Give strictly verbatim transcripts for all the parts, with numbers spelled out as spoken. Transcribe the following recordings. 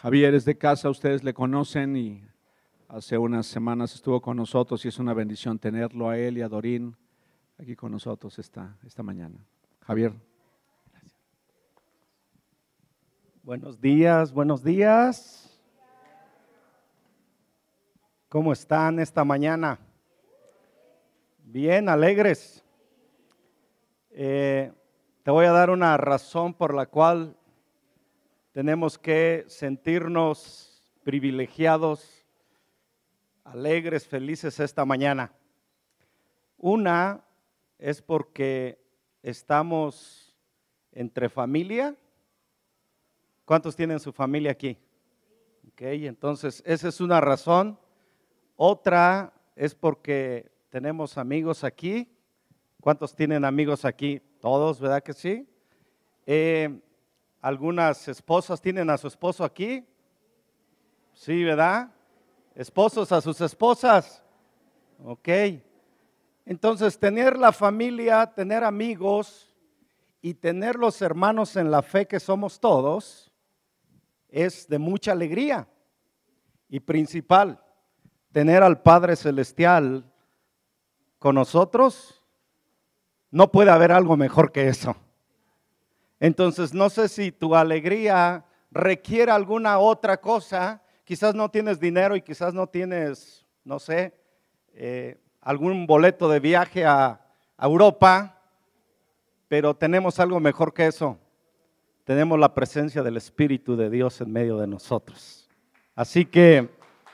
Javier es de casa, ustedes le conocen y hace unas semanas estuvo con nosotros y es una bendición tenerlo a él y a Dorín aquí con nosotros esta, esta mañana. Javier. Gracias. Buenos días, buenos días. ¿Cómo están esta mañana? Bien, alegres. Eh, te voy a dar una razón por la cual tenemos que sentirnos privilegiados, alegres, felices esta mañana. Una es porque estamos entre familia. ¿Cuántos tienen su familia aquí? Ok, entonces esa es una razón. Otra es porque tenemos amigos aquí. ¿Cuántos tienen amigos aquí? Todos, ¿verdad que sí? Eh, algunas esposas tienen a su esposo aquí. Sí, ¿verdad? Esposos a sus esposas. Ok. Entonces, tener la familia, tener amigos y tener los hermanos en la fe que somos todos es de mucha alegría. Y principal, tener al Padre Celestial con nosotros, no puede haber algo mejor que eso. Entonces, no sé si tu alegría requiere alguna otra cosa. Quizás no tienes dinero y quizás no tienes, no sé, eh, algún boleto de viaje a, a Europa, pero tenemos algo mejor que eso. Tenemos la presencia del Espíritu de Dios en medio de nosotros. Así que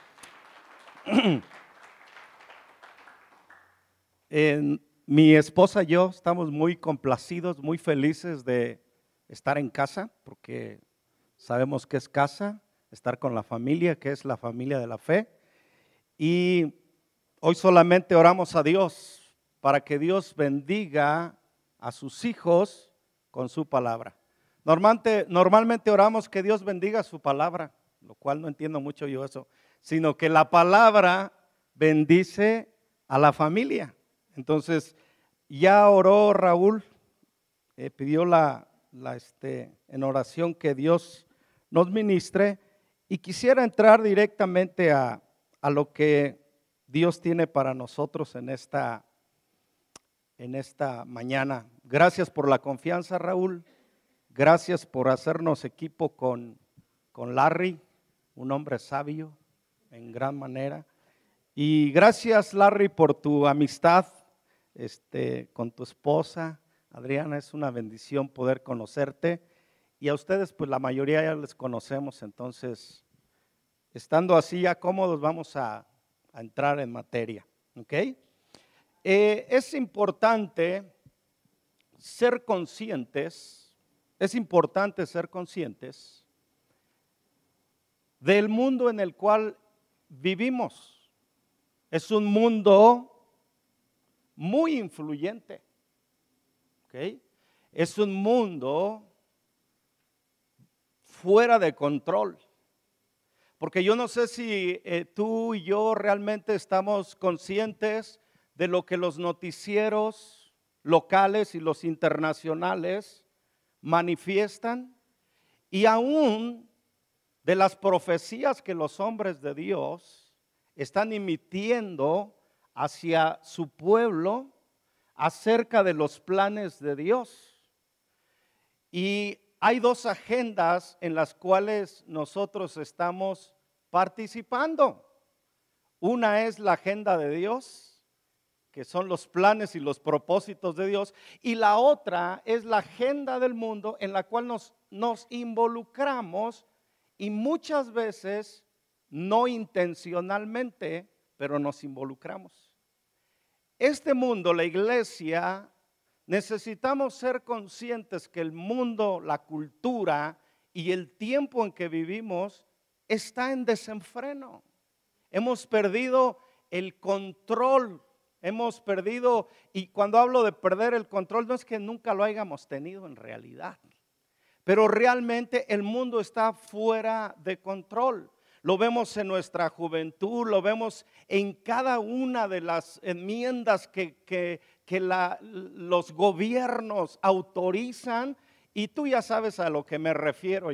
eh, mi esposa y yo estamos muy complacidos, muy felices de estar en casa, porque sabemos que es casa, estar con la familia, que es la familia de la fe. Y hoy solamente oramos a Dios para que Dios bendiga a sus hijos con su palabra. Normalmente, normalmente oramos que Dios bendiga su palabra, lo cual no entiendo mucho yo eso, sino que la palabra bendice a la familia. Entonces, ya oró Raúl, eh, pidió la, la este, en oración que Dios nos ministre, y quisiera entrar directamente a, a lo que Dios tiene para nosotros en esta, en esta mañana. Gracias por la confianza, Raúl. Gracias por hacernos equipo con, con Larry, un hombre sabio en gran manera. Y gracias, Larry, por tu amistad este, con tu esposa. Adriana, es una bendición poder conocerte. Y a ustedes, pues la mayoría ya les conocemos, entonces, estando así ya cómodos, vamos a, a entrar en materia. ¿Ok? Eh, es importante ser conscientes, es importante ser conscientes del mundo en el cual vivimos. Es un mundo muy influyente. ¿Ok? Es un mundo fuera de control. Porque yo no sé si eh, tú y yo realmente estamos conscientes de lo que los noticieros locales y los internacionales manifiestan, y aún de las profecías que los hombres de Dios están emitiendo hacia su pueblo acerca de los planes de Dios. Y hay dos agendas en las cuales nosotros estamos participando. Una es la agenda de Dios, que son los planes y los propósitos de Dios, y la otra es la agenda del mundo en la cual nos, nos involucramos, y muchas veces no intencionalmente, pero nos involucramos. Este mundo, la iglesia, necesitamos ser conscientes que el mundo, la cultura y el tiempo en que vivimos está en desenfreno. Hemos perdido el control, hemos perdido, y cuando hablo de perder el control, no es que nunca lo hayamos tenido en realidad, pero realmente el mundo está fuera de control. Lo vemos en nuestra juventud, lo vemos en cada una de las enmiendas que, que, que la, los gobiernos autorizan, y tú ya sabes a lo que me refiero yo.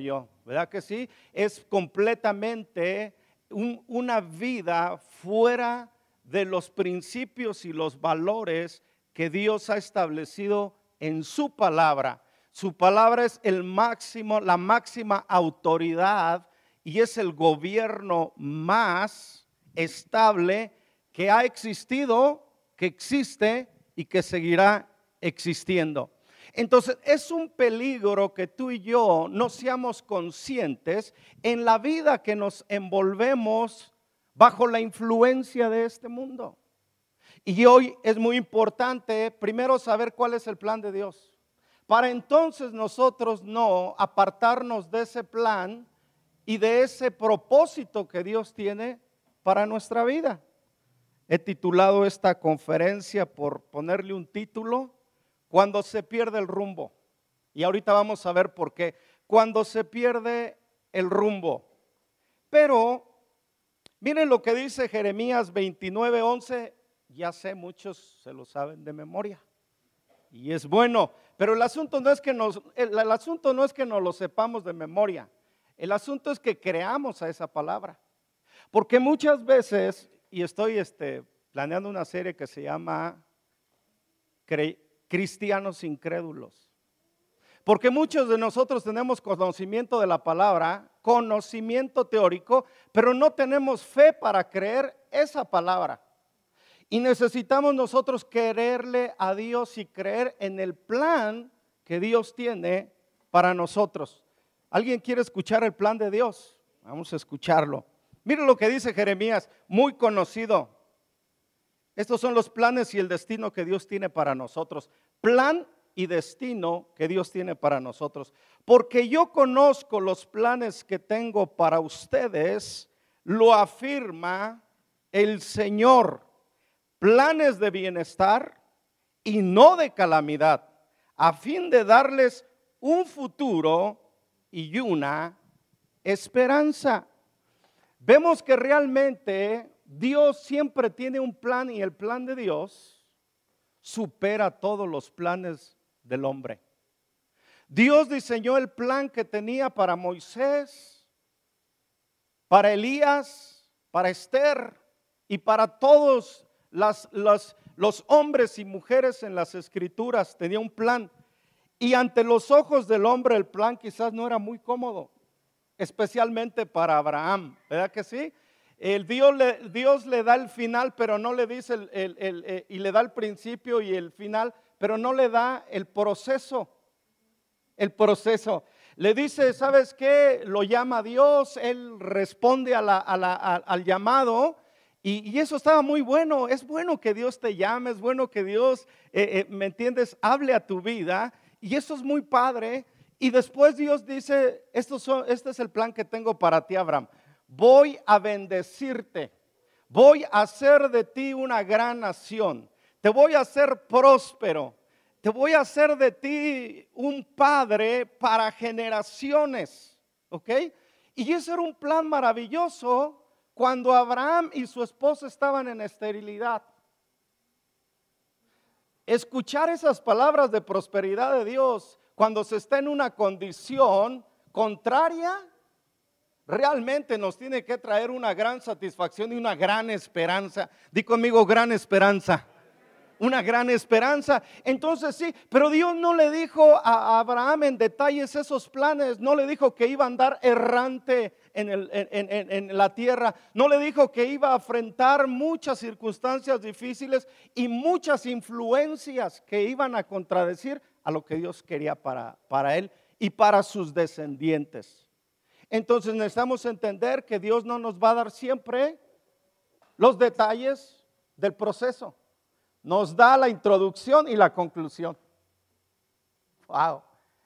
¿verdad que sí? Es completamente un, una vida fuera de los principios y los valores que Dios ha establecido en su palabra. Su palabra es el máximo, la máxima autoridad y es el gobierno más estable que ha existido, que existe y que seguirá existiendo. Entonces es un peligro que tú y yo no seamos conscientes en la vida que nos envolvemos bajo la influencia de este mundo. Y hoy es muy importante primero saber cuál es el plan de Dios, para entonces nosotros no apartarnos de ese plan y de ese propósito que Dios tiene para nuestra vida. He titulado esta conferencia, por ponerle un título, Cuando se pierde el rumbo. Y ahorita vamos a ver por qué. Cuando se pierde el rumbo. Pero miren lo que dice Jeremías veintinueve once. Ya sé, muchos se lo saben de memoria. Y es bueno, pero el asunto no es que nos, el, el asunto no es que nos lo sepamos de memoria. El asunto es que creamos a esa palabra. Porque muchas veces, y estoy este, planeando una serie que se llama Cre- Cristianos Incrédulos. Porque muchos de nosotros tenemos conocimiento de la palabra, conocimiento teórico, pero no tenemos fe para creer esa palabra. Y necesitamos nosotros quererle a Dios y creer en el plan que Dios tiene para nosotros. ¿Alguien quiere escuchar el plan de Dios? Vamos a escucharlo. Miren lo que dice Jeremías, muy conocido. Estos son los planes y el destino que Dios tiene para nosotros. Plan y destino que Dios tiene para nosotros. Porque yo conozco los planes que tengo para ustedes, lo afirma el Señor. Planes de bienestar y no de calamidad, a fin de darles un futuro y una esperanza. Vemos que realmente Dios siempre tiene un plan y el plan de Dios supera todos los planes del hombre. Dios diseñó el plan que tenía para Moisés, para Elías, para Esther y para todos Las, los, los hombres y mujeres en las escrituras. Tenía un plan y ante los ojos del hombre el plan quizás no era muy cómodo, especialmente para Abraham, ¿verdad que sí? El Dios, le, Dios le da el final, pero no le dice el, el, el, el, y le da el principio y el final, pero no le da el proceso, el proceso. Le dice, ¿sabes qué? Lo llama Dios, él responde a la, a la, a, al llamado. Y, y eso estaba muy bueno. Es bueno que Dios te llame, es bueno que Dios, eh, eh, ¿me entiendes?, hable a tu vida. Y eso es muy padre. Y después Dios dice, Estos son, este es el plan que tengo para ti, Abraham. Voy a bendecirte, voy a hacer de ti una gran nación, te voy a hacer próspero, te voy a hacer de ti un padre para generaciones. ¿Ok? Y ese era un plan maravilloso. Cuando Abraham y su esposa estaban en esterilidad, escuchar esas palabras de prosperidad de Dios cuando se está en una condición contraria, realmente nos tiene que traer una gran satisfacción y una gran esperanza. Di conmigo, gran esperanza. Una gran esperanza. Entonces sí, pero Dios no le dijo a Abraham en detalles esos planes. No le dijo que iba a andar errante en, el, en, en, en la tierra. No le dijo que iba a enfrentar muchas circunstancias difíciles y muchas influencias que iban a contradecir a lo que Dios quería para, para él y para sus descendientes. Entonces necesitamos entender que Dios no nos va a dar siempre los detalles del proceso. Nos da la introducción y la conclusión. Wow.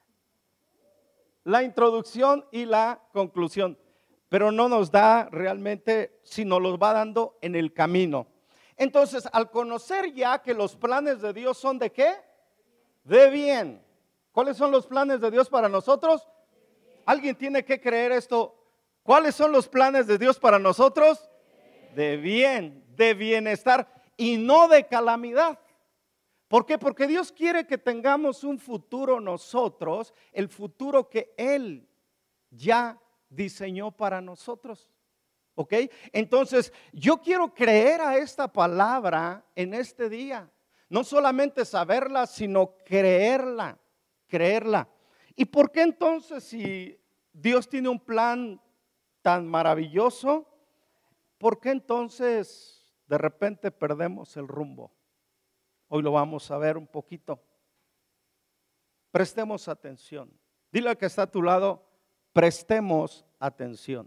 La introducción y la conclusión. Pero no nos da realmente, sino los va dando en el camino. Entonces, al conocer ya que los planes de Dios son ¿de qué? De bien. ¿Cuáles son los planes de Dios para nosotros? Alguien tiene que creer esto. ¿Cuáles son los planes de Dios para nosotros? De bien, de bienestar. Y no de calamidad. ¿Por qué? Porque Dios quiere que tengamos un futuro nosotros, el futuro que Él ya diseñó para nosotros. ¿Ok? Entonces, yo quiero creer a esta palabra en este día. No solamente saberla, sino creerla, creerla. ¿Y por qué entonces, si Dios tiene un plan tan maravilloso, por qué entonces de repente perdemos el rumbo? Hoy lo vamos a ver un poquito. Prestemos atención. Dile al que está a tu lado, prestemos atención.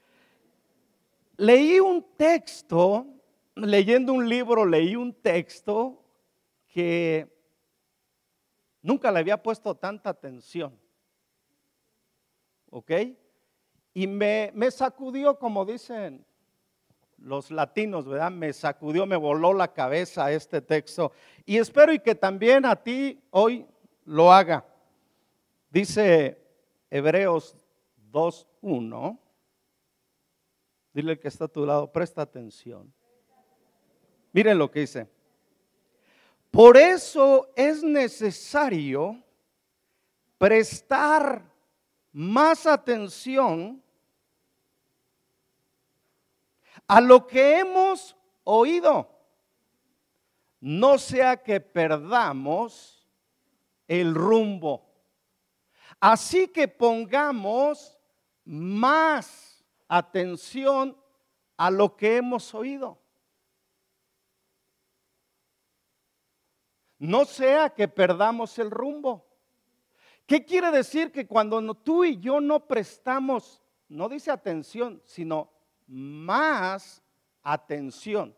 Leí un texto, leyendo un libro, leí un texto que nunca le había puesto tanta atención. ¿Ok? Y me, me sacudió, como dicen los latinos, ¿verdad? Me sacudió, me voló la cabeza este texto. Y espero y que también a ti hoy lo haga. Dice Hebreos dos uno. Dile que está a tu lado, presta atención. Miren lo que dice. Por eso es necesario prestar más atención a lo que hemos oído, no sea que perdamos el rumbo. Así que pongamos más atención a lo que hemos oído. No sea que perdamos el rumbo. ¿Qué quiere decir? Que cuando no, tú y yo no prestamos, no dice atención, sino más atención,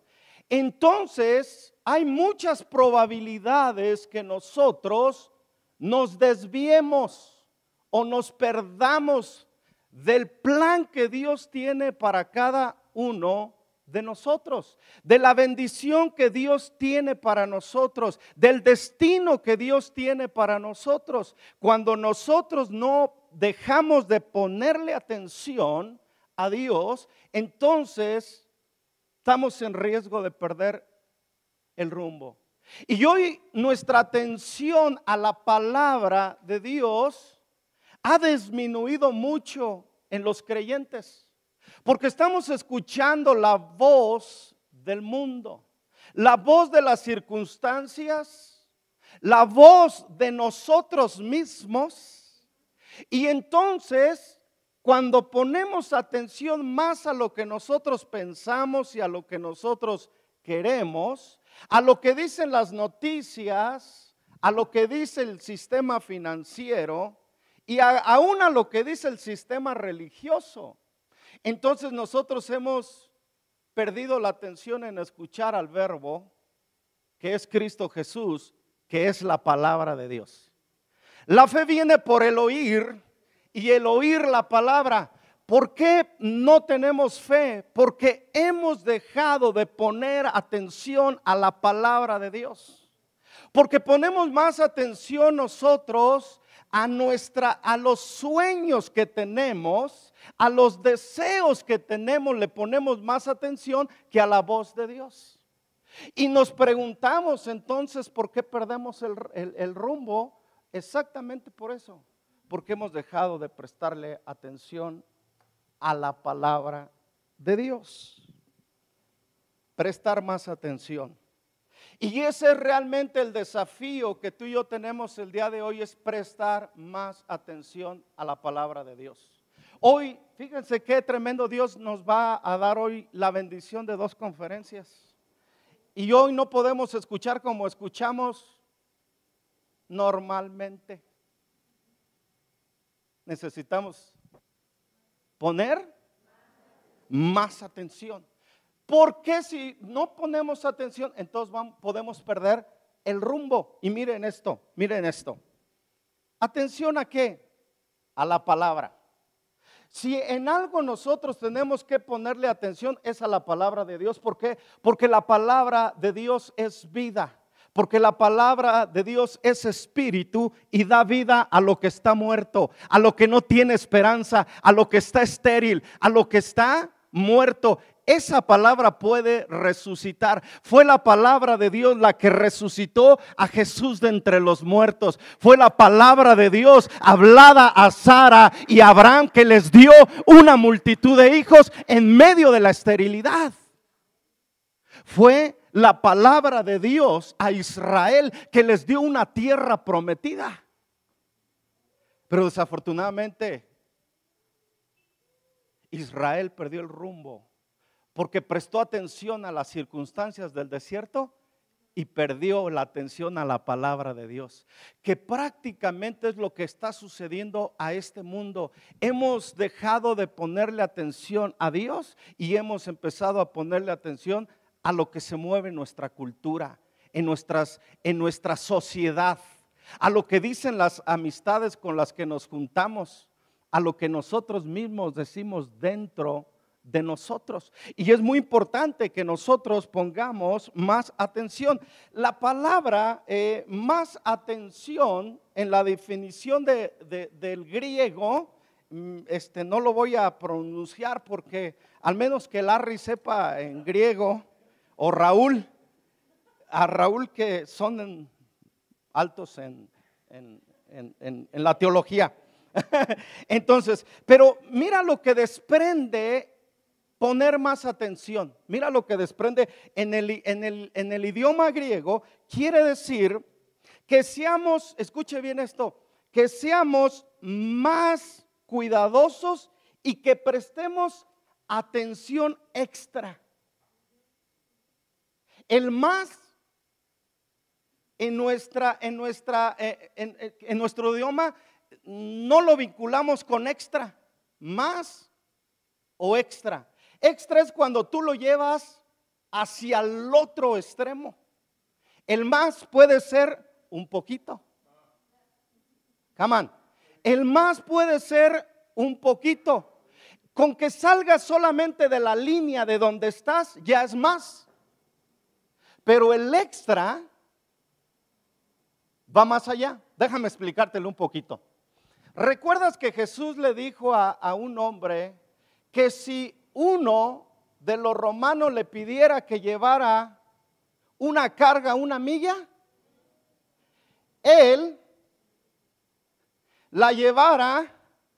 entonces hay muchas probabilidades que nosotros nos desviemos o nos perdamos del plan que Dios tiene para cada uno de nosotros, de la bendición que Dios tiene para nosotros, del destino que Dios tiene para nosotros. Cuando nosotros no dejamos de ponerle atención a Dios, entonces estamos en riesgo de perder el rumbo. Y hoy nuestra atención a la palabra de Dios ha disminuido mucho en los creyentes, porque estamos escuchando la voz del mundo, la voz de las circunstancias, la voz de nosotros mismos. Y entonces, cuando ponemos atención más a lo que nosotros pensamos y a lo que nosotros queremos, a lo que dicen las noticias, a lo que dice el sistema financiero y a, aún a lo que dice el sistema religioso, entonces nosotros hemos perdido la atención en escuchar al verbo que es Cristo Jesús, que es la palabra de Dios. La fe viene por el oír y el oír la palabra. ¿Por qué no tenemos fe? Porque hemos dejado de poner atención a la palabra de Dios. Porque ponemos más atención nosotros a nuestra, a los sueños que tenemos, a los deseos que tenemos, le ponemos más atención que a la voz de Dios. Y nos preguntamos entonces por qué perdemos el, el, el rumbo. Exactamente por eso, porque hemos dejado de prestarle atención a la palabra de Dios. Prestar más atención. Y ese es realmente el desafío que tú y yo tenemos el día de hoy, es prestar más atención a la palabra de Dios. Hoy, fíjense qué tremendo, Dios nos va a dar hoy la bendición de dos conferencias. Y hoy no podemos escuchar como escuchamos normalmente. Necesitamos poner más atención. Porque si no ponemos atención, entonces vamos, podemos perder el rumbo. Y miren esto, miren esto. ¿Atención a qué? A la palabra. Si en algo nosotros tenemos que ponerle atención, es a la palabra de Dios. ¿Por qué? Porque la palabra de Dios es vida. Porque la palabra de Dios es espíritu y da vida a lo que está muerto, a lo que no tiene esperanza, a lo que está estéril, a lo que está muerto. esa palabra puede resucitar. Fue la palabra de Dios la que resucitó a Jesús de entre los muertos. Fue la palabra de Dios hablada a Sara y a Abraham, que les dio una multitud de hijos en medio de la esterilidad. Fue la palabra de Dios a Israel que les dio una tierra prometida. Pero desafortunadamente Israel perdió el rumbo porque prestó atención a las circunstancias del desierto y perdió la atención a la palabra de Dios, que prácticamente es lo que está sucediendo a este mundo. Hemos dejado de ponerle atención a Dios y hemos empezado a ponerle atención a lo que se mueve en nuestra cultura, en, nuestras, en nuestra sociedad, a lo que dicen las amistades con las que nos juntamos, a lo que nosotros mismos decimos dentro de nosotros. Y es muy importante que nosotros pongamos más atención. La palabra eh, más atención en la definición de, de, del griego, este, no lo voy a pronunciar porque al menos que Larry sepa en griego, o Raúl, a Raúl que son en, altos en, en, en, en, en la teología. Entonces, pero mira lo que desprende poner más atención. Mira lo que desprende en el, en el, en el idioma griego. Quiere decir que seamos, escuche bien esto, que seamos más cuidadosos y que prestemos atención extra. El más en, nuestra, en, nuestra, en, en, en nuestro idioma no lo vinculamos con extra, más o extra. Extra es cuando tú lo llevas hacia el otro extremo. El más puede ser un poquito. Come on. El más puede ser un poquito. Con que salgas solamente de la línea de donde estás, ya es más. Pero el extra va más allá. Déjame explicártelo un poquito. ¿Recuerdas que Jesús le dijo a, a un hombre que si uno de los romanos le pidiera que llevara una carga, una milla, él la llevara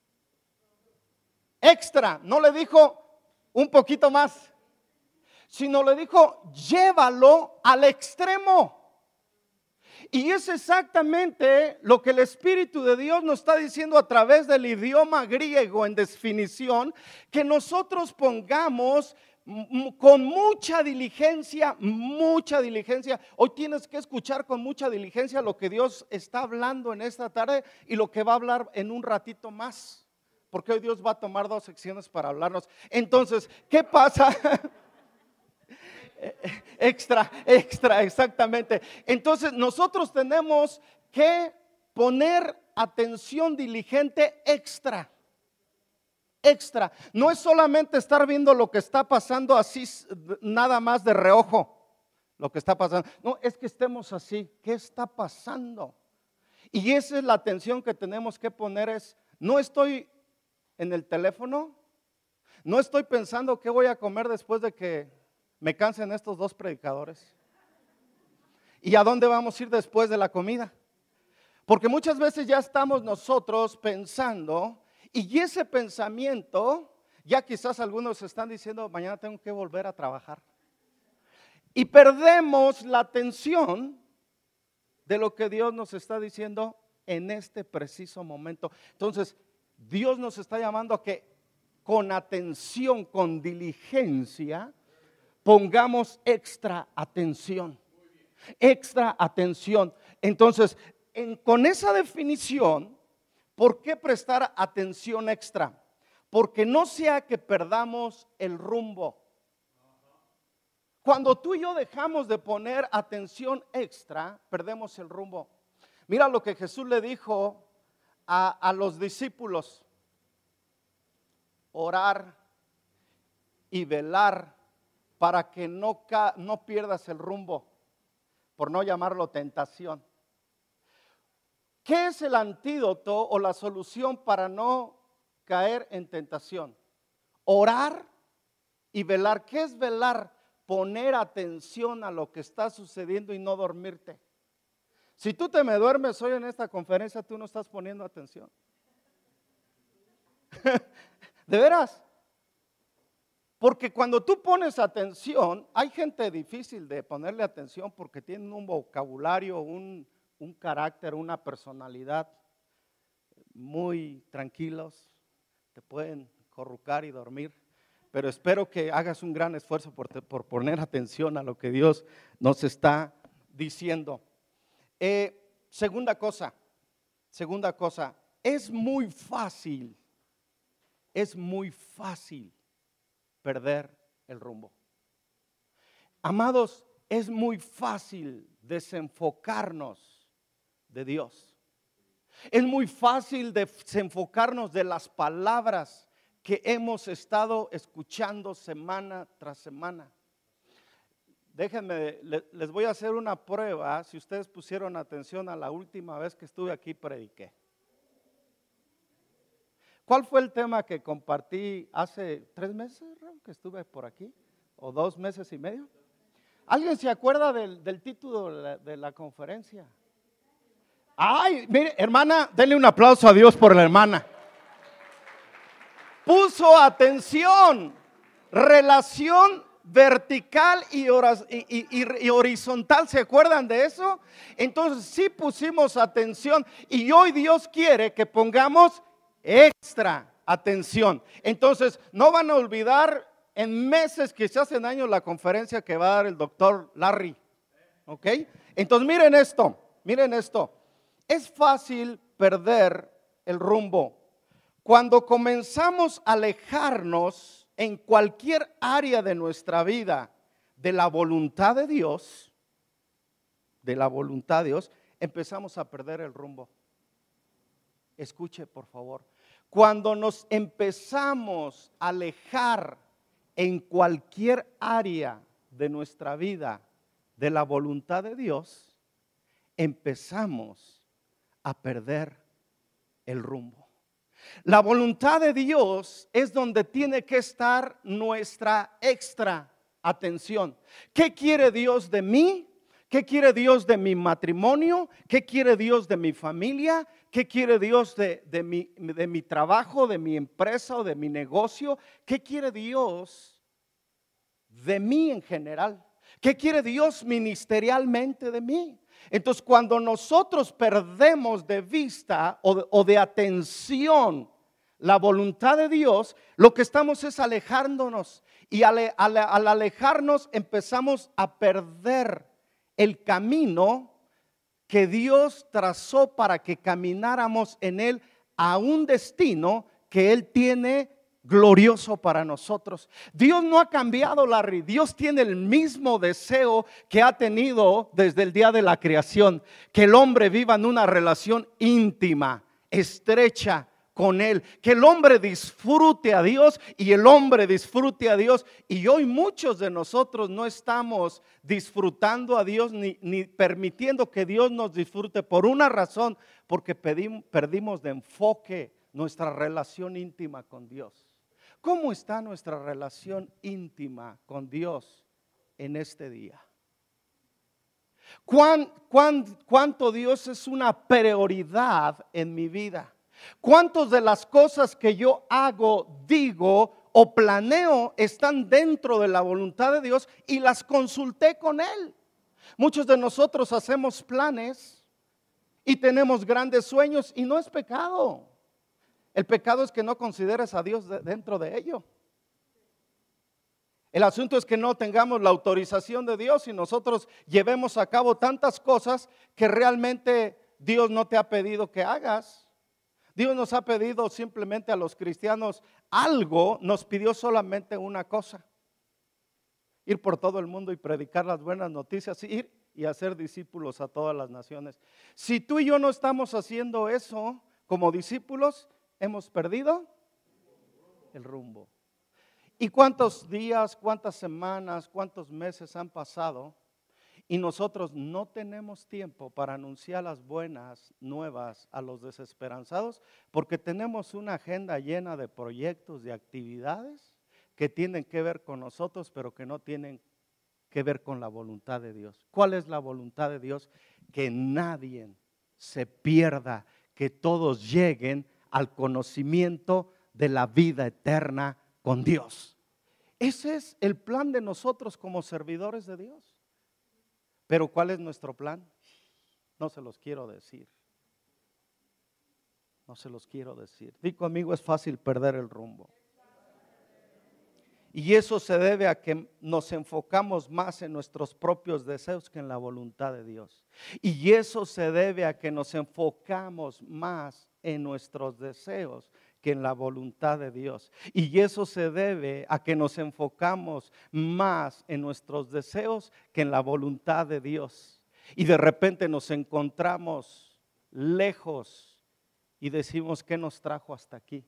extra? No le dijo un poquito más, sino le dijo llévalo al extremo. Y es exactamente lo que el Espíritu de Dios nos está diciendo a través del idioma griego en definición, que nosotros pongamos con mucha diligencia, mucha diligencia. Hoy tienes que escuchar con mucha diligencia lo que Dios está hablando en esta tarde y lo que va a hablar en un ratito más, porque hoy Dios va a tomar dos secciones para hablarnos. Entonces, ¿qué pasa? Extra, extra, exactamente. Entonces nosotros tenemos que poner atención diligente extra, extra. No es solamente estar viendo lo que está pasando así, nada más de reojo, lo que está pasando. No, es que estemos así, ¿qué está pasando? Y esa es la atención que tenemos que poner, es, no estoy en el teléfono, no estoy pensando qué voy a comer después de que me cansen estos dos predicadores. ¿Y a dónde vamos a ir después de la comida? Porque muchas veces ya estamos nosotros pensando, y ese pensamiento, ya quizás algunos están diciendo, mañana tengo que volver a trabajar. Y perdemos la atención de lo que Dios nos está diciendo en este preciso momento. Entonces, Dios nos está llamando a que con atención, con diligencia, pongamos extra atención, extra atención. Entonces, en, con esa definición, ¿por qué prestar atención extra? Porque no sea que perdamos el rumbo. Cuando tú y yo dejamos de poner atención extra, perdemos el rumbo. Mira lo que Jesús le dijo a, a los discípulos: orar y velar para que no, no pierdas el rumbo, por no llamarlo tentación. ¿Qué es el antídoto o la solución para no caer en tentación? Orar y velar. ¿Qué es velar? Poner atención a lo que está sucediendo y no dormirte. Si tú te me duermes hoy en esta conferencia, tú no estás poniendo atención. ¿De veras? Porque cuando tú pones atención, hay gente difícil de ponerle atención porque tienen un vocabulario, un, un carácter, una personalidad muy tranquilos, te pueden corrucar y dormir. Pero espero que hagas un gran esfuerzo por, por poner atención a lo que Dios nos está diciendo. Eh, segunda cosa, segunda cosa, es muy fácil, es muy fácil perder el rumbo. Amados, es muy fácil desenfocarnos de Dios. Es muy fácil desenfocarnos de las palabras que hemos estado escuchando semana tras semana. Déjenme, les voy a hacer una prueba. Si ustedes pusieron atención a la última vez que estuve aquí, prediqué. ¿Cuál fue el tema que compartí hace tres meses, que estuve por aquí? ¿O dos meses y medio? ¿Alguien se acuerda del, del título de la, de la conferencia? Ay, mire, hermana, denle un aplauso a Dios por la hermana. Puso atención, relación vertical y, horas, y, y, y horizontal. ¿Se acuerdan de eso? Entonces sí pusimos atención y hoy Dios quiere que pongamos extra atención. Entonces no van a olvidar en meses, quizás en años, la conferencia que va a dar el doctor Larry. ¿Ok? Entonces miren esto, miren esto. Es fácil perder el rumbo cuando comenzamos a alejarnos en cualquier área de nuestra vida de la voluntad de Dios, de la voluntad de Dios, empezamos a perder el rumbo. Escuche, por favor. Cuando nos empezamos a alejar en cualquier área de nuestra vida de la voluntad de Dios, empezamos a perder el rumbo. La voluntad de Dios es donde tiene que estar nuestra extra atención. ¿Qué quiere Dios de mí? ¿Qué quiere Dios de mi matrimonio? ¿Qué quiere Dios de mi familia? ¿Qué quiere Dios de, de, mi, de mi trabajo, de mi empresa o de mi negocio? ¿Qué quiere Dios de mí en general? ¿Qué quiere Dios ministerialmente de mí? Entonces, cuando nosotros perdemos de vista o de, o de atención la voluntad de Dios, lo que estamos es alejándonos. Y al, al, al alejarnos empezamos a perder el camino que Dios trazó para que camináramos en él a un destino que Él tiene glorioso para nosotros. Dios no ha cambiado, Larry. Dios tiene el mismo deseo que ha tenido desde el día de la creación, que el hombre viva en una relación íntima, estrecha con Él, que el hombre disfrute a Dios y el hombre disfrute a Dios. Y hoy muchos de nosotros no estamos disfrutando a Dios ni, ni permitiendo que Dios nos disfrute por una razón, porque pedimos, perdimos de enfoque nuestra relación íntima con Dios. ¿Cómo está nuestra relación íntima con Dios en este día? ¿Cuán, cuán, ¿Cuánto Dios es una prioridad en mi vida? ¿Cuántas de las cosas que yo hago, digo o planeo están dentro de la voluntad de Dios y las consulté con Él? Muchos de nosotros hacemos planes y tenemos grandes sueños y no es pecado. El pecado es que no consideres a Dios de, dentro de ello. El asunto es que no tengamos la autorización de Dios y nosotros llevemos a cabo tantas cosas que realmente Dios no te ha pedido que hagas. Dios nos ha pedido simplemente a los cristianos algo, nos pidió solamente una cosa: ir por todo el mundo y predicar las buenas noticias, ir y hacer discípulos a todas las naciones. Si tú y yo no estamos haciendo eso como discípulos, hemos perdido el rumbo. ¿Y cuántos días, cuántas semanas, cuántos meses han pasado y nosotros no tenemos tiempo para anunciar las buenas nuevas a los desesperanzados? Porque tenemos una agenda llena de proyectos, de actividades que tienen que ver con nosotros, pero que no tienen que ver con la voluntad de Dios. ¿Cuál es la voluntad de Dios? Que nadie se pierda, que todos lleguen al conocimiento de la vida eterna con Dios. Ese es el plan de nosotros como servidores de Dios. Pero ¿cuál es nuestro plan? No se los quiero decir. No se los quiero decir. Di conmigo, es fácil perder el rumbo. Y eso se debe a que nos enfocamos más en nuestros propios deseos que en la voluntad de Dios. Y eso se debe a que nos enfocamos más en nuestros deseos que en la voluntad de Dios. Y eso se debe a que nos enfocamos más en nuestros deseos que en la voluntad de Dios. Y de repente nos encontramos lejos y decimos, ¿qué nos trajo hasta aquí?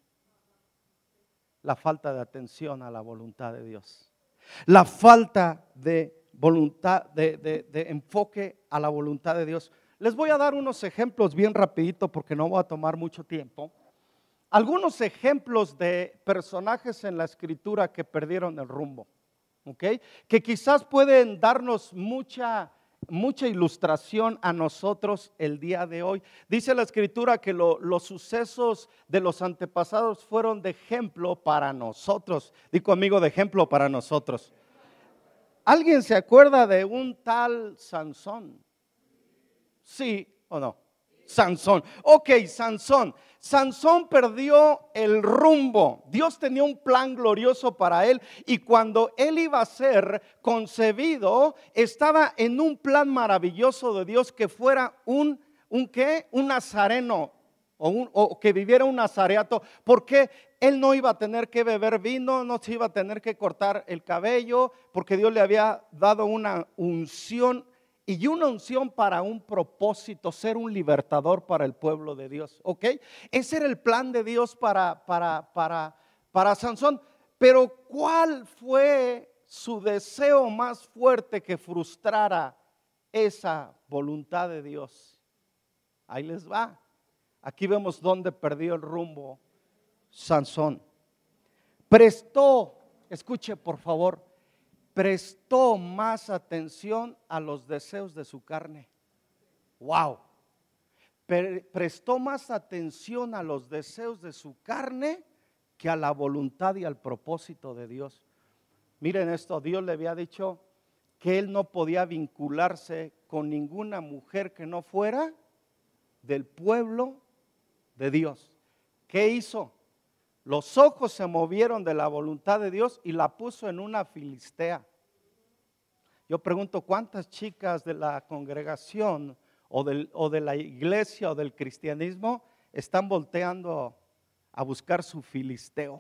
La falta de atención a la voluntad de Dios. La falta de voluntad, de, de, de enfoque a la voluntad de Dios. Les voy a dar unos ejemplos bien rapidito porque no voy a tomar mucho tiempo. Algunos ejemplos de personajes en la escritura que perdieron el rumbo, ¿ok? Que quizás pueden darnos mucha, mucha ilustración a nosotros el día de hoy. Dice la escritura que lo, los sucesos de los antepasados fueron de ejemplo para nosotros. Di conmigo, de ejemplo para nosotros. ¿Alguien se acuerda de un tal Sansón? ¿Sí o no? Sansón. Ok, Sansón. Sansón perdió el rumbo. Dios tenía un plan glorioso para él y cuando él iba a ser concebido, estaba en un plan maravilloso de Dios que fuera un, un ¿qué? Un nazareno o, un, o que viviera un nazareato, porque él no iba a tener que beber vino, no se iba a tener que cortar el cabello, porque Dios le había dado una unción. Y una unción para un propósito, ser un libertador para el pueblo de Dios, ¿ok? Ese era el plan de Dios para, para, para, para Sansón. Pero ¿cuál fue su deseo más fuerte que frustrara esa voluntad de Dios? Ahí les va. Aquí vemos dónde perdió el rumbo Sansón. Prestó, escuche por favor, prestó más atención a los deseos de su carne. Wow. Prestó más atención a los deseos de su carne que a la voluntad y al propósito de Dios. Miren esto, Dios le había dicho que él no podía vincularse con ninguna mujer que no fuera del pueblo de Dios. ¿Qué hizo? Los ojos se movieron de la voluntad de Dios y la puso en una filistea. Yo pregunto, ¿cuántas chicas de la congregación o, del, o de la iglesia o del cristianismo están volteando a buscar su filisteo?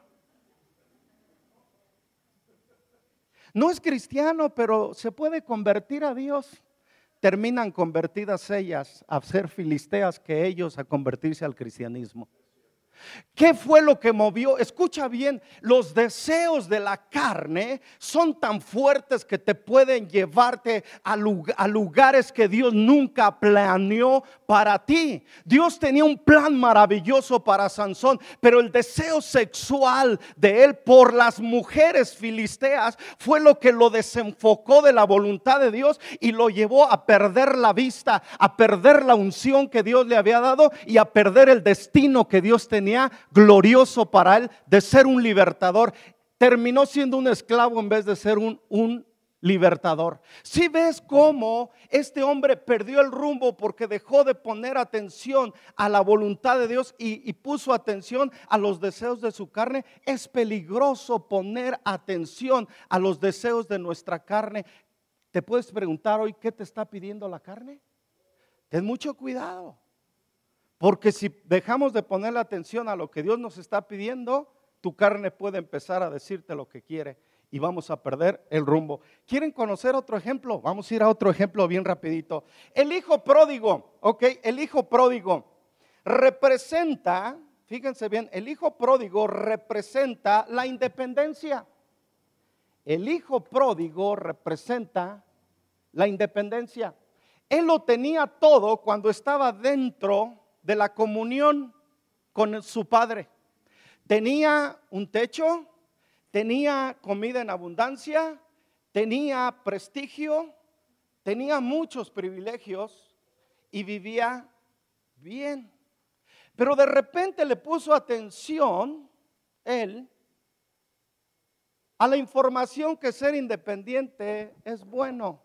No es cristiano, pero se puede convertir a Dios. Terminan convertidas ellas a ser filisteas que ellos a convertirse al cristianismo. ¿Qué fue lo que movió? Escucha bien, los deseos de la carne son tan fuertes que te pueden llevarte a, lug- a lugares que Dios nunca planeó para ti. Dios tenía un plan maravilloso para Sansón, pero el deseo sexual de él por las mujeres filisteas fue lo que lo desenfocó de la voluntad de Dios y lo llevó a perder la vista, a perder la unción que Dios le había dado y a perder el destino que Dios tenía glorioso para él de ser un libertador. Terminó siendo un esclavo en vez de ser un, un libertador. Si ves cómo este hombre perdió el rumbo porque dejó de poner atención a la voluntad de Dios y, y puso atención a los deseos de su carne. Es peligroso poner atención a los deseos de nuestra carne. Te puedes preguntar hoy, ¿qué te está pidiendo la carne? Ten mucho cuidado. Porque si dejamos de poner la atención a lo que Dios nos está pidiendo, tu carne puede empezar a decirte lo que quiere y vamos a perder el rumbo. ¿Quieren conocer otro ejemplo? Vamos a ir a otro ejemplo bien rapidito. El hijo pródigo, ok, el hijo pródigo representa, fíjense bien, el hijo pródigo representa la independencia. El hijo pródigo representa la independencia. Él lo tenía todo cuando estaba dentro de la comunión con su padre. Tenía un techo, tenía comida en abundancia, tenía prestigio, tenía muchos privilegios y vivía bien. Pero de repente le puso atención él a la información que ser independiente es bueno.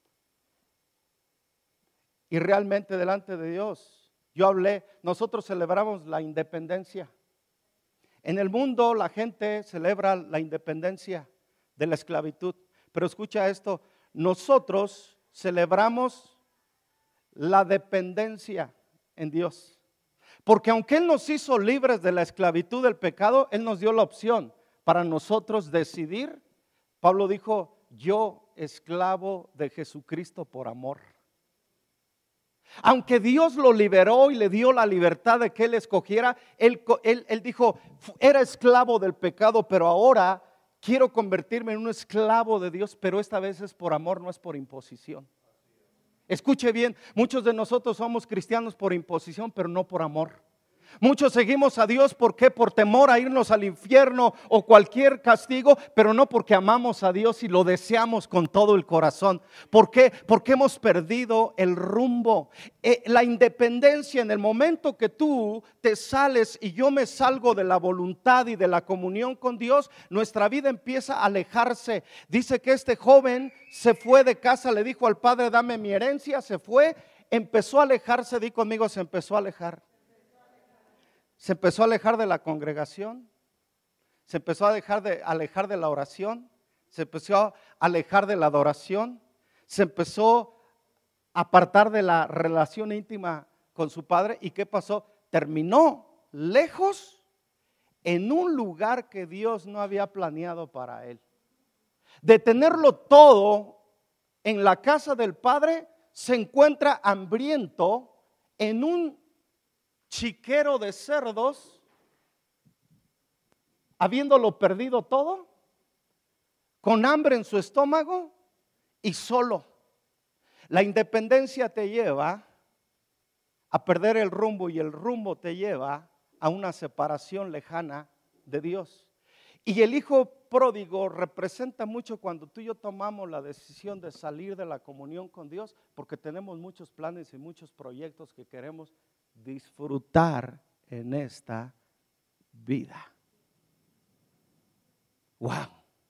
Y realmente delante de Dios, yo hablé, nosotros celebramos la independencia. En el mundo la gente celebra la independencia de la esclavitud. Pero escucha esto, nosotros celebramos la dependencia en Dios. Porque aunque Él nos hizo libres de la esclavitud del pecado, Él nos dio la opción para nosotros decidir. Pablo dijo, yo esclavo de Jesucristo por amor. Aunque Dios lo liberó y le dio la libertad de que Él escogiera, Él, él, él dijo, era esclavo del pecado, pero ahora quiero convertirme en un esclavo de Dios, pero esta vez es por amor, no es por imposición. Escuche bien, muchos de nosotros somos cristianos por imposición, pero no por amor. Muchos seguimos a Dios, ¿por qué? Por temor a irnos al infierno o cualquier castigo, pero no porque amamos a Dios y lo deseamos con todo el corazón. ¿Por qué? Porque hemos perdido el rumbo. Eh, la independencia, en el momento que tú te sales y yo me salgo de la voluntad y de la comunión con Dios, nuestra vida empieza a alejarse. Dice que este joven se fue de casa, le dijo al padre, dame mi herencia, se fue, empezó a alejarse, di conmigo, se empezó a alejar. Se empezó a alejar de la congregación, se empezó a dejar de, alejar de la oración, se empezó a alejar de la adoración, se empezó a apartar de la relación íntima con su padre. ¿Y qué pasó? Terminó lejos en un lugar que Dios no había planeado para él. De tenerlo todo en la casa del padre, se encuentra hambriento en un chiquero de cerdos, habiéndolo perdido todo, con hambre en su estómago y solo. La independencia te lleva a perder el rumbo y el rumbo te lleva a una separación lejana de Dios. Y el hijo pródigo representa mucho cuando tú y yo tomamos la decisión de salir de la comunión con Dios, porque tenemos muchos planes y muchos proyectos que queremos disfrutar en esta vida. Wow.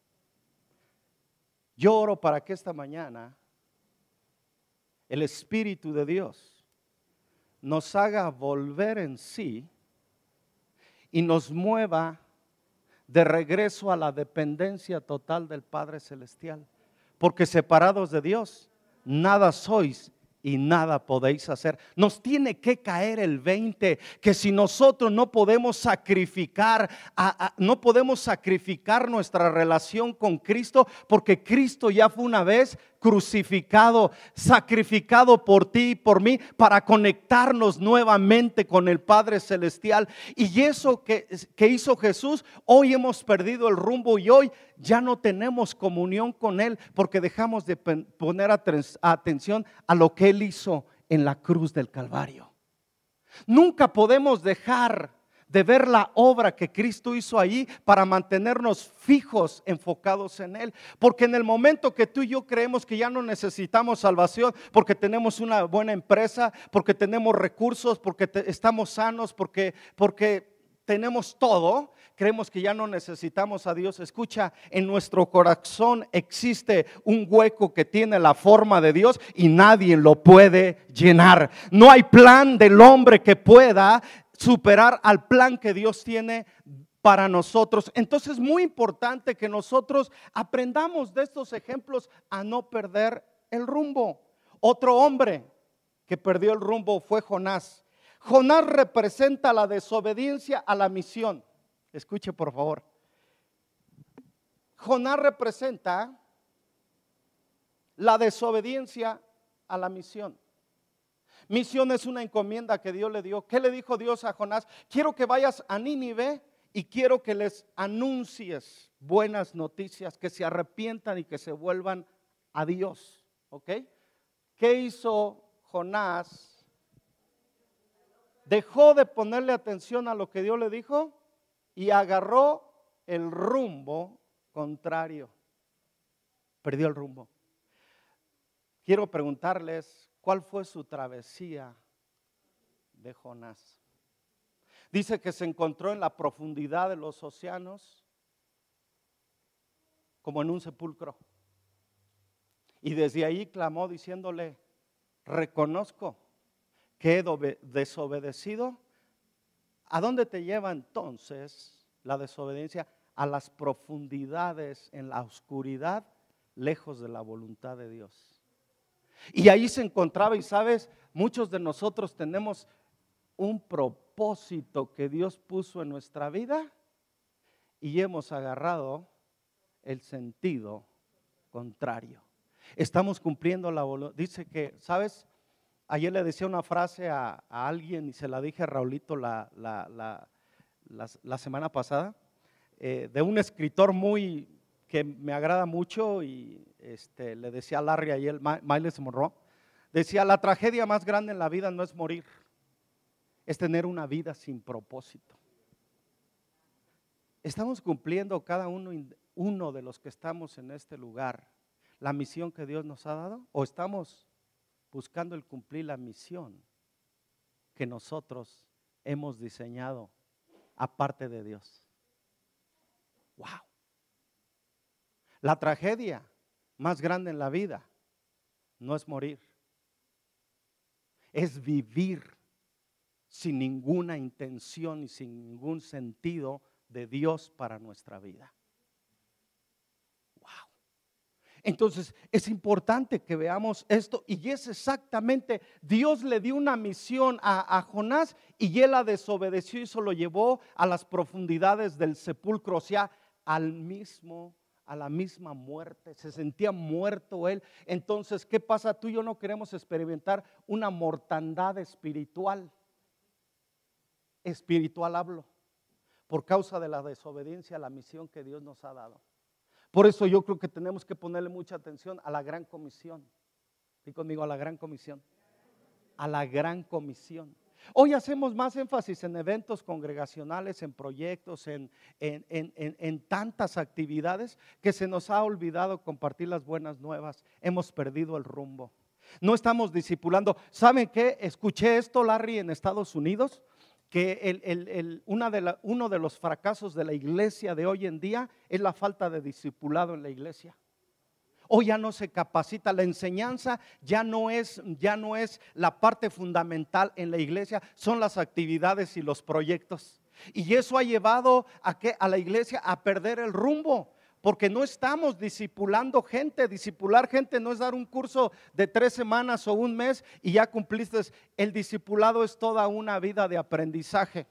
Yo oro para que esta mañana el Espíritu de Dios nos haga volver en sí y nos mueva de regreso a la dependencia total del Padre Celestial. Porque separados de Dios, nada sois y nada podéis hacer. Nos tiene que caer el veinte, que si nosotros no podemos sacrificar, a, a, no podemos sacrificar nuestra relación con Cristo, porque Cristo ya fue una vez crucificado, sacrificado por ti y por mí, para conectarnos nuevamente con el Padre Celestial. Y eso que, que hizo Jesús, hoy hemos perdido el rumbo y hoy ya no tenemos comunión con Él, porque dejamos de poner atención a lo que Él hizo en la cruz del Calvario. Nunca podemos dejar de ver la obra que Cristo hizo ahí para mantenernos fijos, enfocados en Él. Porque en el momento que tú y yo creemos que ya no necesitamos salvación, porque tenemos una buena empresa, porque tenemos recursos, porque te, estamos sanos, porque, porque tenemos todo, creemos que ya no necesitamos a Dios. Escucha, en nuestro corazón existe un hueco que tiene la forma de Dios y nadie lo puede llenar. No hay plan del hombre que pueda superar al plan que Dios tiene para nosotros. Entonces es muy importante que nosotros aprendamos de estos ejemplos a no perder el rumbo. Otro hombre que perdió el rumbo fue Jonás. Jonás representa la desobediencia a la misión. Escuche por favor. Jonás representa la desobediencia a la misión. Misión es una encomienda que Dios le dio. ¿Qué le dijo Dios a Jonás? Quiero que vayas a Nínive y quiero que les anuncies buenas noticias, que se arrepientan y que se vuelvan a Dios. ¿Ok? ¿Qué hizo Jonás? Dejó de ponerle atención a lo que Dios le dijo y agarró el rumbo contrario. Perdió el rumbo. Quiero preguntarles, ¿cuál fue su travesía de Jonás? Dice que se encontró en la profundidad de los océanos como en un sepulcro. Y desde ahí clamó diciéndole, reconozco que he desobedecido. ¿A dónde te lleva entonces la desobediencia? A las profundidades, en la oscuridad, lejos de la voluntad de Dios. Y ahí se encontraba, y sabes, muchos de nosotros tenemos un propósito que Dios puso en nuestra vida y hemos agarrado el sentido contrario. Estamos cumpliendo la voluntad. Dice que, ¿sabes? Ayer le decía una frase a, a alguien y se la dije a Raulito la, la, la, la, la semana pasada, eh, de un escritor muy que me agrada mucho y este, le decía a Larry ayer, Miles Monroe, decía, la tragedia más grande en la vida no es morir, es tener una vida sin propósito. Estamos cumpliendo cada uno, uno de los que estamos en este lugar la misión que Dios nos ha dado, o estamos buscando el cumplir la misión que nosotros hemos diseñado aparte de Dios. Wow. La tragedia más grande en la vida no es morir, es vivir sin ninguna intención y sin ningún sentido de Dios para nuestra vida. Wow. Entonces es importante que veamos esto, y es exactamente, Dios le dio una misión a, a Jonás y él la desobedeció y se lo llevó a las profundidades del sepulcro, o sea, al mismo a la misma muerte, se sentía muerto él. Entonces, ¿qué pasa? Tú y yo no queremos experimentar una mortandad espiritual. Espiritual hablo, por causa de la desobediencia a la misión que Dios nos ha dado. Por eso yo creo que tenemos que ponerle mucha atención a la gran comisión. Dí conmigo, a la gran comisión. A la gran comisión. Hoy hacemos más énfasis en eventos congregacionales, en proyectos, en, en, en, en, en tantas actividades que se nos ha olvidado compartir las buenas nuevas. Hemos perdido el rumbo. No estamos discipulando. ¿Saben qué? Escuché esto, Larry, en Estados Unidos, que el, el, el, una de la, uno de los fracasos de la iglesia de hoy en día es la falta de discipulado en la iglesia. Hoy ya no se capacita, la enseñanza ya no es, ya no es la parte fundamental en la iglesia, son las actividades y los proyectos. Y eso ha llevado a, que, a la iglesia a perder el rumbo, porque no estamos discipulando gente. Discipular gente no es dar un curso de tres semanas o un mes y ya cumpliste. El discipulado es toda una vida de aprendizaje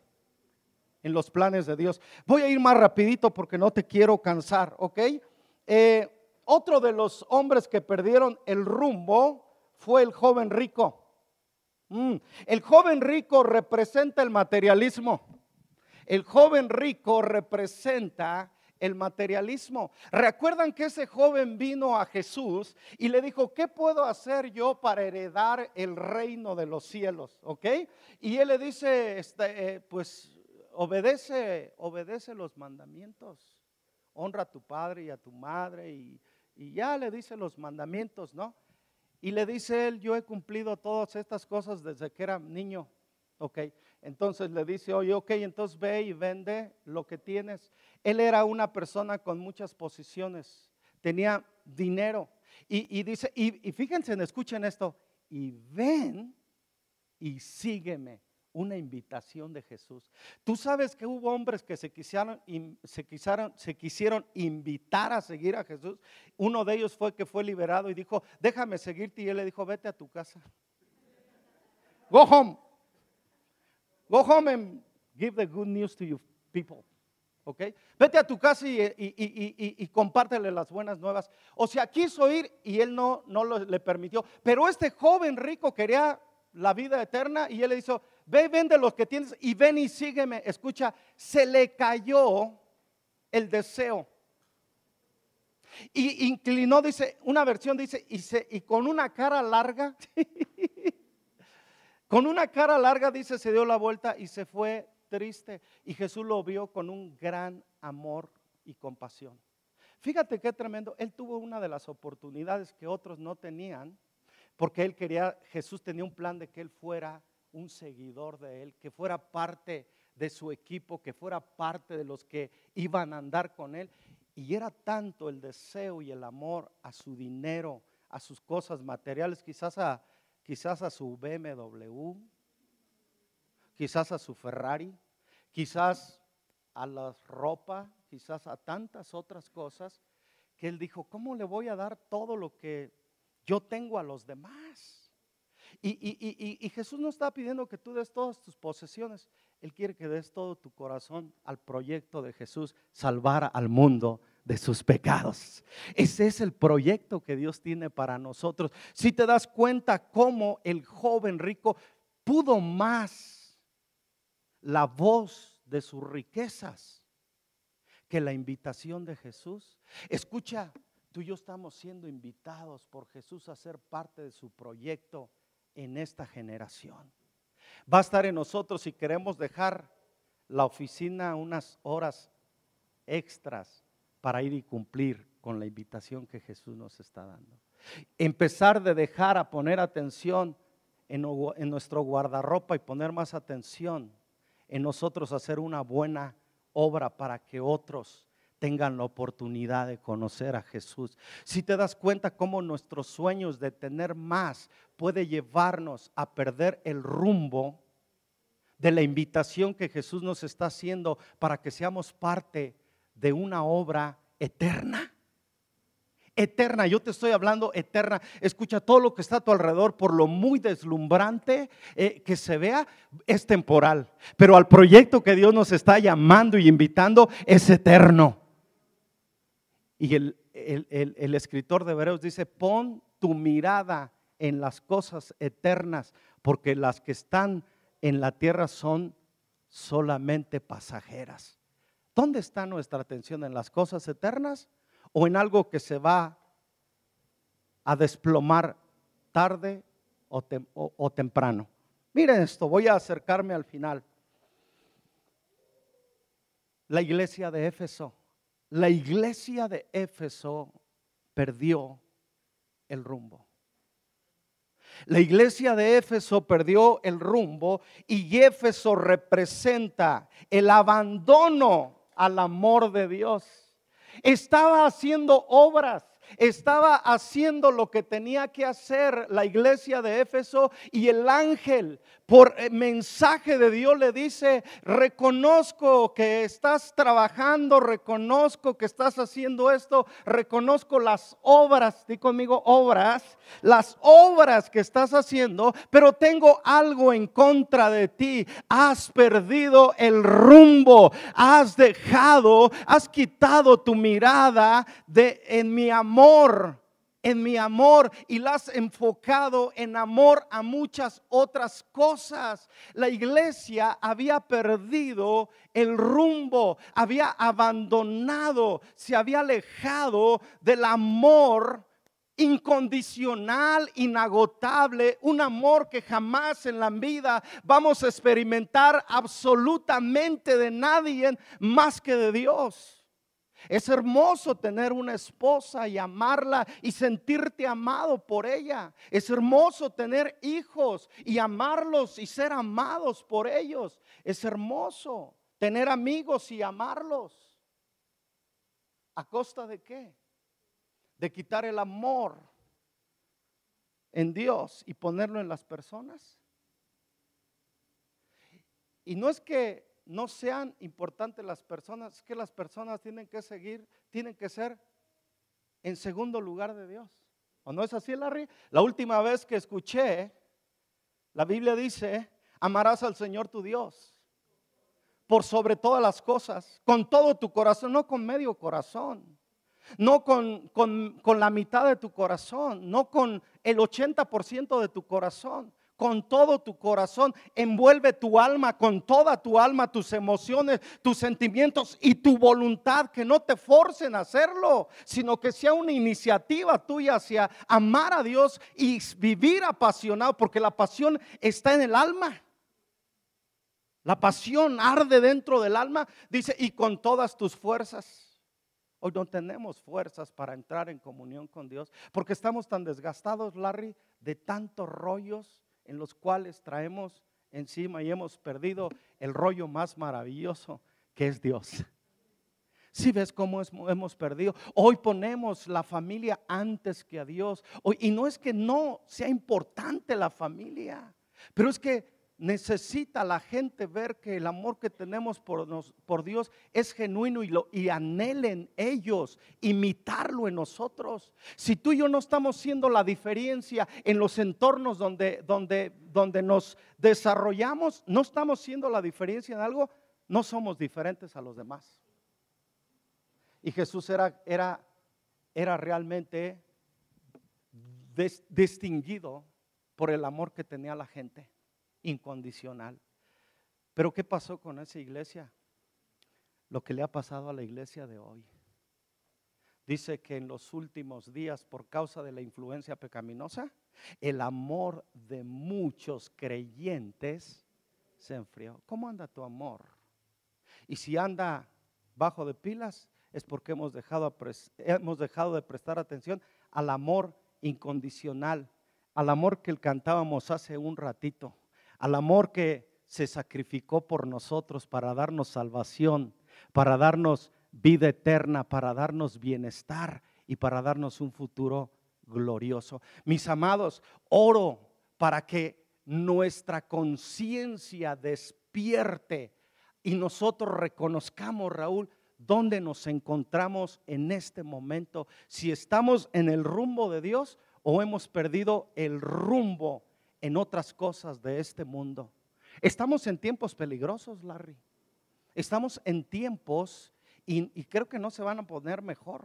en los planes de Dios. Voy a ir más rapidito porque no te quiero cansar, ¿ok? Eh, Otro de los hombres que perdieron el rumbo fue el joven rico. Mm. El joven rico representa el materialismo. El joven rico representa el materialismo. ¿Recuerdan que ese joven vino a Jesús y le dijo, ¿qué puedo hacer yo para heredar el reino de los cielos? ¿Ok? Y él le dice, este, eh, pues obedece, obedece los mandamientos. Honra a tu padre y a tu madre y Y ya le dice los mandamientos, ¿no? Y le dice él, yo he cumplido todas estas cosas desde que era niño. Ok, entonces le dice, oye, ok, entonces ve y vende lo que tienes. Él era una persona con muchas posiciones, tenía dinero. Y, y dice, y, y fíjense, escuchen esto, y ven y sígueme. Una invitación de Jesús. Tú sabes que hubo hombres que se quisieron, se quisieron, se quisieron invitar a seguir a Jesús. Uno de ellos fue que fue liberado y dijo, déjame seguirte. Y él le dijo, vete a tu casa. Go home. Go home and give the good news to your people. ¿Ok? Vete a tu casa y, y, y, y, y compártele las buenas nuevas. O sea, quiso ir y él no, no lo, le permitió. Pero este joven rico quería la vida eterna y él le dijo, ve, vende los que tienes y ven y sígueme. Escucha, se le cayó el deseo y inclinó, dice, una versión dice, y, se, y con una cara larga, con una cara larga dice, se dio la vuelta y se fue triste. Y Jesús lo vio con un gran amor y compasión. Fíjate qué tremendo. Él tuvo una de las oportunidades que otros no tenían, porque él quería, Jesús tenía un plan de que él fuera un seguidor de él, que fuera parte de su equipo, que fuera parte de los que iban a andar con él. Y era tanto el deseo y el amor a su dinero, a sus cosas materiales, quizás a, quizás a su B M W, quizás a su Ferrari, quizás a la ropa, quizás a tantas otras cosas, que él dijo, ¿cómo le voy a dar todo lo que yo tengo a los demás? Y, y, y, y Jesús no está pidiendo que tú des todas tus posesiones. Él quiere que des todo tu corazón al proyecto de Jesús, salvar al mundo de sus pecados. Ese es el proyecto que Dios tiene para nosotros. Si te das cuenta cómo el joven rico pudo más la voz de sus riquezas que la invitación de Jesús. Escucha, tú y yo estamos siendo invitados por Jesús a ser parte de su proyecto en esta generación. Va a estar en nosotros si queremos dejar la oficina unas horas extras para ir y cumplir con la invitación que Jesús nos está dando. Empezar de dejar a poner atención en, en nuestro guardarropa y poner más atención en nosotros, hacer una buena obra para que otros tengan la oportunidad de conocer a Jesús. Si te das cuenta cómo nuestros sueños de tener más puede llevarnos a perder el rumbo de la invitación que Jesús nos está haciendo para que seamos parte de una obra eterna. Eterna, yo te estoy hablando eterna. Escucha, todo lo que está a tu alrededor, por lo muy deslumbrante eh, que se vea, es temporal. Pero al proyecto que Dios nos está llamando y invitando es eterno. Y el, el, el, el escritor de Hebreos dice, pon tu mirada en las cosas eternas, porque las que están en la tierra son solamente pasajeras. ¿Dónde está nuestra atención? ¿En las cosas eternas o en algo que se va a desplomar tarde o, tem, o, o temprano? Miren esto, voy a acercarme al final. La iglesia de Éfeso, la iglesia de Éfeso perdió el rumbo. La iglesia de Éfeso perdió el rumbo y Éfeso representa el abandono al amor de Dios. Estaba haciendo obras, estaba haciendo lo que tenía que hacer la iglesia de Éfeso, y el ángel por mensaje de Dios le dice, reconozco que estás trabajando, reconozco que estás haciendo esto, reconozco las obras, di conmigo obras, las obras que estás haciendo, pero tengo algo en contra de ti. Has perdido el rumbo, has dejado, has quitado tu mirada de en mi amor. En mi amor, y la has enfocado en amor a muchas otras cosas. La iglesia había perdido el rumbo, había abandonado, se había alejado del amor incondicional, inagotable, un amor que jamás en la vida vamos a experimentar absolutamente de nadie más que de Dios. Es hermoso tener una esposa y amarla y sentirte amado por ella. Es hermoso tener hijos y amarlos y ser amados por ellos. Es hermoso tener amigos y amarlos. ¿A costa de qué? De quitar el amor en Dios y ponerlo en las personas. Y no es que no sean importantes las personas, es que las personas tienen que seguir, tienen que ser en segundo lugar de Dios. ¿O no es así, Larry? La última vez que escuché, la Biblia dice, amarás al Señor tu Dios por sobre todas las cosas, con todo tu corazón, no con medio corazón, no con, con, con la mitad de tu corazón, no con el ochenta por ciento de tu corazón. Con todo tu corazón, envuelve tu alma, con toda tu alma, tus emociones, tus sentimientos y tu voluntad, que no te forcen a hacerlo, sino que sea una iniciativa tuya hacia amar a Dios y vivir apasionado, porque la pasión está en el alma. La pasión arde dentro del alma, dice, y con todas tus fuerzas. Hoy no tenemos fuerzas para entrar en comunión con Dios porque estamos tan desgastados, Larry, de tantos rollos en los cuales traemos encima y hemos perdido el rollo más maravilloso que es Dios. Si ves cómo es, hemos perdido. Hoy ponemos la familia antes que a Dios. Hoy, y no es que no sea importante la familia, pero es que necesita la gente ver que el amor que tenemos por, nos, por Dios es genuino y, lo, y anhelen ellos imitarlo en nosotros. Si tú y yo no estamos siendo la diferencia en los entornos donde, donde, donde nos desarrollamos, no estamos siendo la diferencia en algo, no somos diferentes a los demás. Y Jesús era, era, era realmente des, distinguido por el amor que tenía la gente, incondicional. Pero ¿qué pasó con esa iglesia? Lo que le ha pasado a la iglesia de hoy. Dice que en los últimos días, por causa de la influencia pecaminosa, el amor de muchos creyentes se enfrió. ¿Cómo anda tu amor? Y si anda bajo de pilas, es porque hemos dejado, hemos dejado de prestar atención al amor incondicional, al amor que cantábamos hace un ratito, al amor que se sacrificó por nosotros para darnos salvación, para darnos vida eterna, para darnos bienestar y para darnos un futuro glorioso. Mis amados, oro para que nuestra conciencia despierte y nosotros reconozcamos, Raúl, dónde nos encontramos en este momento, si estamos en el rumbo de Dios o hemos perdido el rumbo en otras cosas de este mundo. Estamos en tiempos peligrosos, Larry. Estamos en tiempos y, y creo que no se van a poner mejor.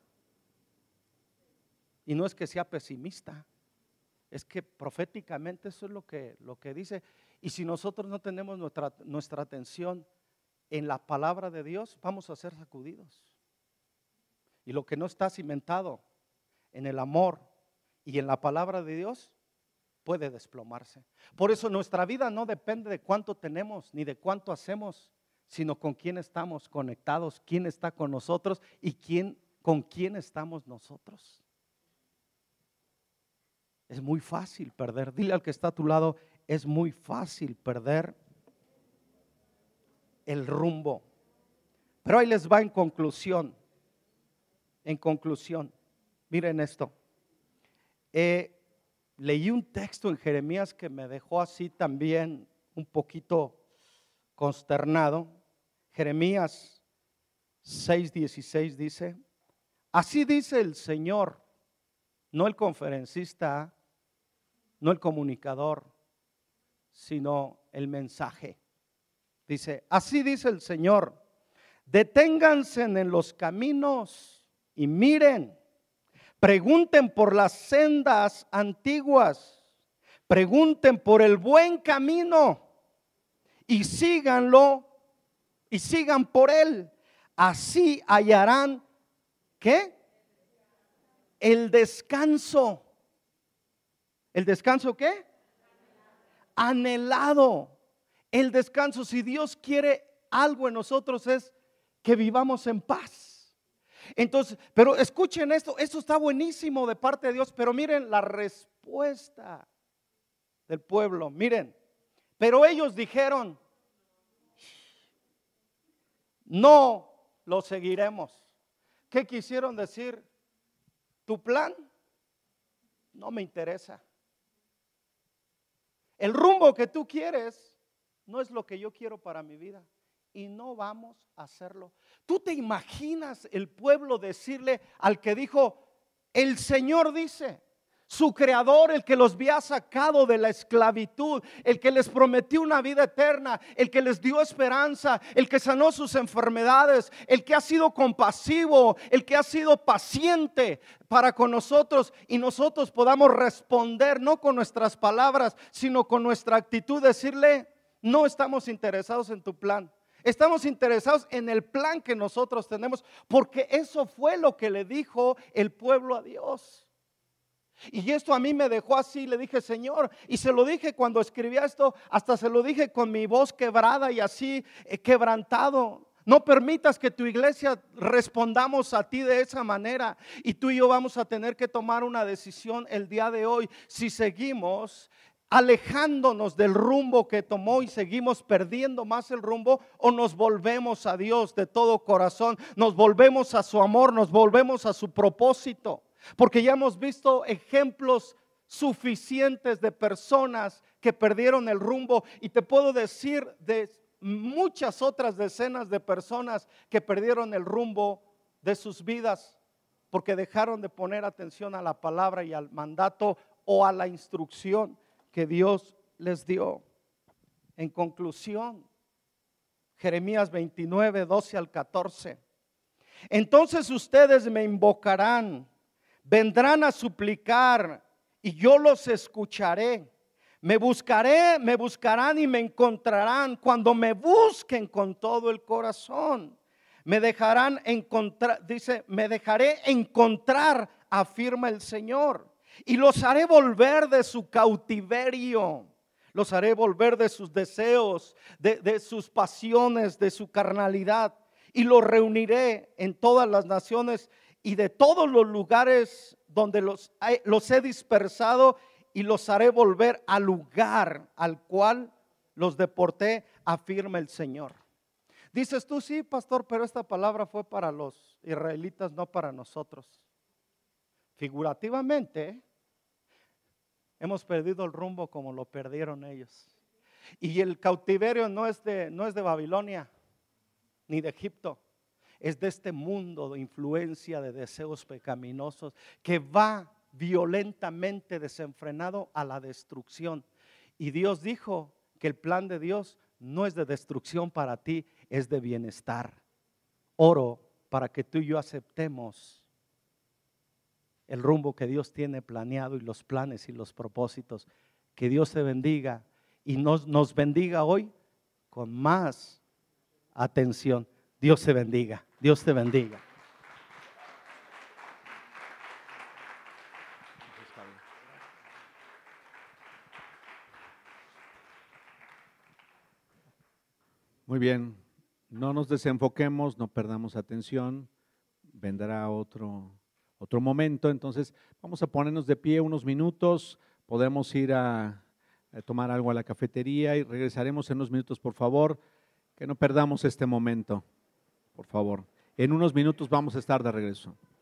Y no es que sea pesimista, es que proféticamente eso es lo que, lo que dice. Y si nosotros no tenemos nuestra, nuestra atención en la palabra de Dios, vamos a ser sacudidos. Y lo que no está cimentado en el amor y en la palabra de Dios puede desplomarse. Por eso nuestra vida no depende de cuánto tenemos ni de cuánto hacemos, sino con quién estamos conectados, quién está con nosotros y quién, con quién estamos nosotros. Es muy fácil perder. Dile al que está a tu lado, es muy fácil perder el rumbo. Pero ahí les va en conclusión. En conclusión, miren esto. Eh, leí un texto en Jeremías que me dejó así también un poquito consternado. Jeremías seis dieciséis dice: así dice el Señor, no el conferencista, no el comunicador, sino el mensaje. Dice, así dice el Señor, deténganse en los caminos y miren, pregunten por las sendas antiguas, pregunten por el buen camino y síganlo y sigan por él. Así hallarán, ¿qué? El descanso. ¿El descanso qué? Anhelado. El descanso, si Dios quiere algo en nosotros es que vivamos en paz. Entonces, pero escuchen esto, esto está buenísimo de parte de Dios, pero miren la respuesta del pueblo, miren. Pero ellos dijeron, no lo seguiremos. ¿Qué quisieron decir? Tu plan no me interesa. El rumbo que tú quieres no es lo que yo quiero para mi vida y no vamos a hacerlo. ¿Tú te imaginas el pueblo decirle al que dijo, el Señor dice, su creador, el que los había sacado de la esclavitud, el que les prometió una vida eterna, el que les dio esperanza, el que sanó sus enfermedades, el que ha sido compasivo, el que ha sido paciente para con nosotros y nosotros podamos responder no con nuestras palabras, sino con nuestra actitud, decirle, no estamos interesados en tu plan. Estamos interesados en el plan que nosotros tenemos, porque eso fue lo que le dijo el pueblo a Dios. Y esto a mí me dejó así, le dije, Señor, y se lo dije cuando escribía esto, hasta se lo dije con mi voz quebrada y así eh, quebrantado. No permitas que tu iglesia respondamos a ti de esa manera. Y tú y yo vamos a tener que tomar una decisión el día de hoy. Si seguimos alejándonos del rumbo que tomó y seguimos perdiendo más el rumbo, o nos volvemos a Dios de todo corazón, nos volvemos a su amor, nos volvemos a su propósito. Porque ya hemos visto ejemplos suficientes de personas que perdieron el rumbo, y te puedo decir de muchas otras decenas de personas que perdieron el rumbo de sus vidas porque dejaron de poner atención a la palabra y al mandato o a la instrucción que Dios les dio. En conclusión, Jeremías veintinueve, doce al catorce. Entonces ustedes me invocarán, vendrán a suplicar y yo los escucharé. Me buscaré, me buscarán y me encontrarán cuando me busquen con todo el corazón. Me dejarán encontrar, dice, me dejaré encontrar, afirma el Señor, y los haré volver de su cautiverio. Los haré volver de sus deseos, de, de sus pasiones, de su carnalidad, y los reuniré en todas las naciones y de todos los lugares donde los, los he dispersado, y los haré volver al lugar al cual los deporté, afirma el Señor. Dices tú, sí, pastor, pero esta palabra fue para los israelitas, no para nosotros. Figurativamente, hemos perdido el rumbo como lo perdieron ellos. Y el cautiverio no es de, no es de Babilonia, ni de Egipto. Es de este mundo de influencia, de deseos pecaminosos, que va violentamente desenfrenado a la destrucción. Y Dios dijo que el plan de Dios no es de destrucción para ti, es de bienestar. Oro para que tú y yo aceptemos el rumbo que Dios tiene planeado y los planes y los propósitos. Que Dios te bendiga y nos, nos bendiga hoy con más atención. Dios te bendiga, Dios te bendiga. Muy bien, no nos desenfoquemos, no perdamos atención, vendrá otro, otro momento. Entonces vamos a ponernos de pie unos minutos, podemos ir a, a tomar algo a la cafetería y regresaremos en unos minutos, por favor, que no perdamos este momento, por favor. En unos minutos vamos a estar de regreso.